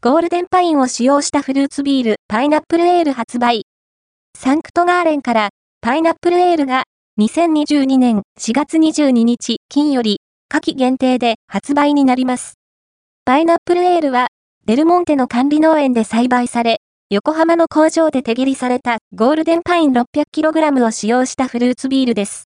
ゴールデンパインを使用したフルーツビール、パイナップルエール発売。サンクトガーレンから、パイナップルエールが、2022年4月22日金より、夏季限定で発売になります。パイナップルエールは、デルモンテの管理農園で栽培され、横浜の工場で手切りされたゴールデンパイン 600kg を使用したフルーツビールです。